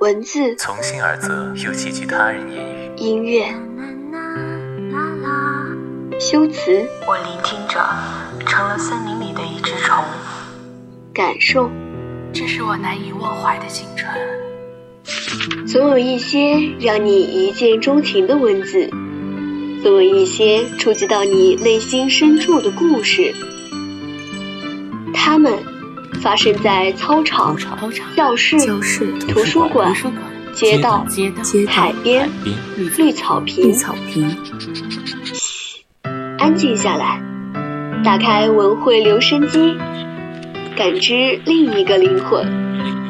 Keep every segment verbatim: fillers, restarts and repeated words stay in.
文字从心而泽，又寄居他人言语。 音乐修辞， 我聆听着，成了森林里的一只虫。 感受， 这是我难以忘怀的青春。 总有一些让你一见钟情的文字，总有一些触及到你内心深处的故事。它们发生在操场、教室、图书馆、街道、海边、绿草坪。嘘，安静下来，打开文汇留声机，感知另一个灵魂。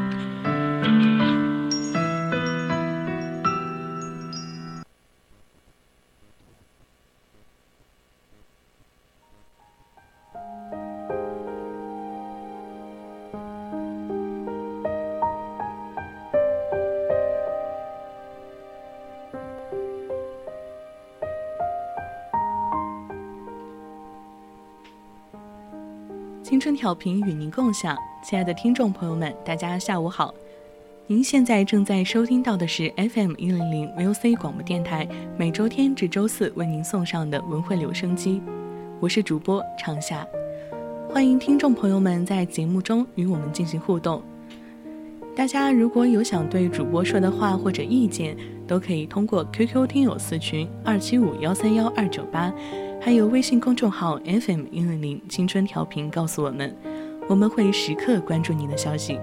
青春调频与您共享，亲爱的听众朋友们，大家下午好。您现在正在收听到的是 F M 一零零 V O C 广播电台，每周天至周四为您送上的文汇留声机，我是主播长夏。欢迎听众朋友们在节目中与我们进行互动。大家如果有想对主播说的话或者意见，都可以通过 Q Q 听友四群二七五幺三幺二九八，还有微信公众号 F M 一零零青春调频告诉我们，我们会时刻关注您的消息。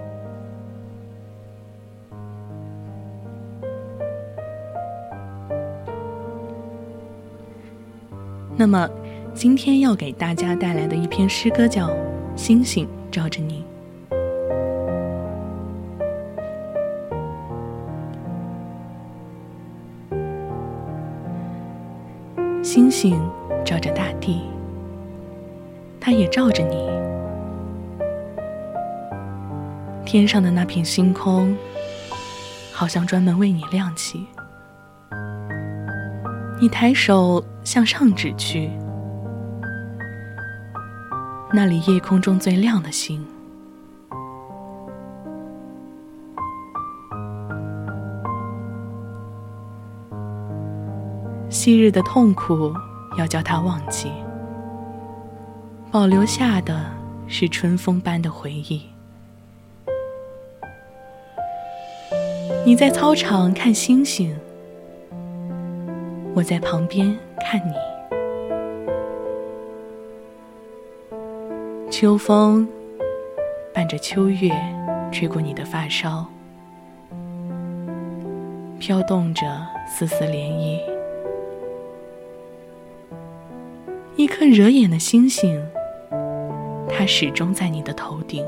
那么今天要给大家带来的一篇诗歌叫《星星照着你》。星星照着大地，它也照着你。天上的那片星空好像专门为你亮起，你抬手向上指去，那里夜空中最亮的星。昔日的痛苦要叫它忘记，保留下的是春风般的回忆。你在操场看星星，我在旁边看你。秋风伴着秋月吹过你的发梢，飘动着丝丝涟漪。一颗惹眼的星星，它始终在你的头顶。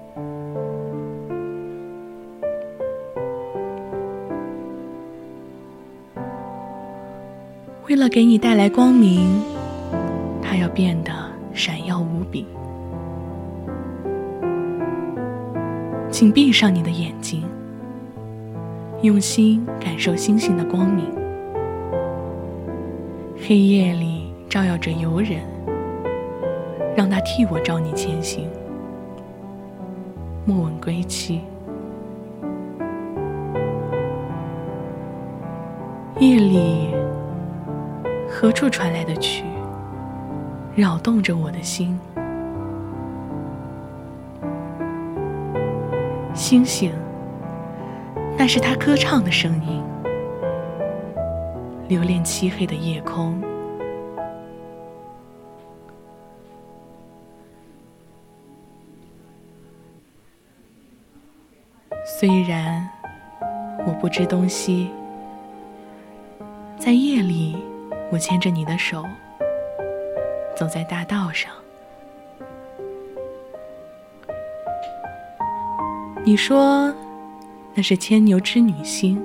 为了给你带来光明，它要变得闪耀无比。请闭上你的眼睛，用心感受星星的光明。黑夜里照耀着游人，让他替我照你前行。莫问归期。夜里何处传来的曲，扰动着我的心。星星，那是他歌唱的声音，留恋漆黑的夜空。虽然我不知东西，在夜里我牵着你的手，走在大道上。你说那是牵牛织女星，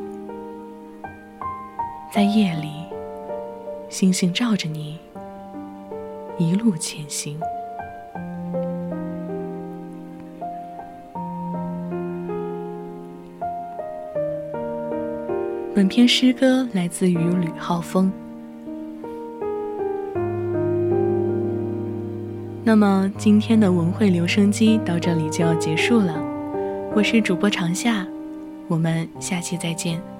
在夜里星星照着你，一路前行。本篇诗歌来自于吕浩峰。那么今天的文汇留声机到这里就要结束了，我是主播长夏， 我们下期再见。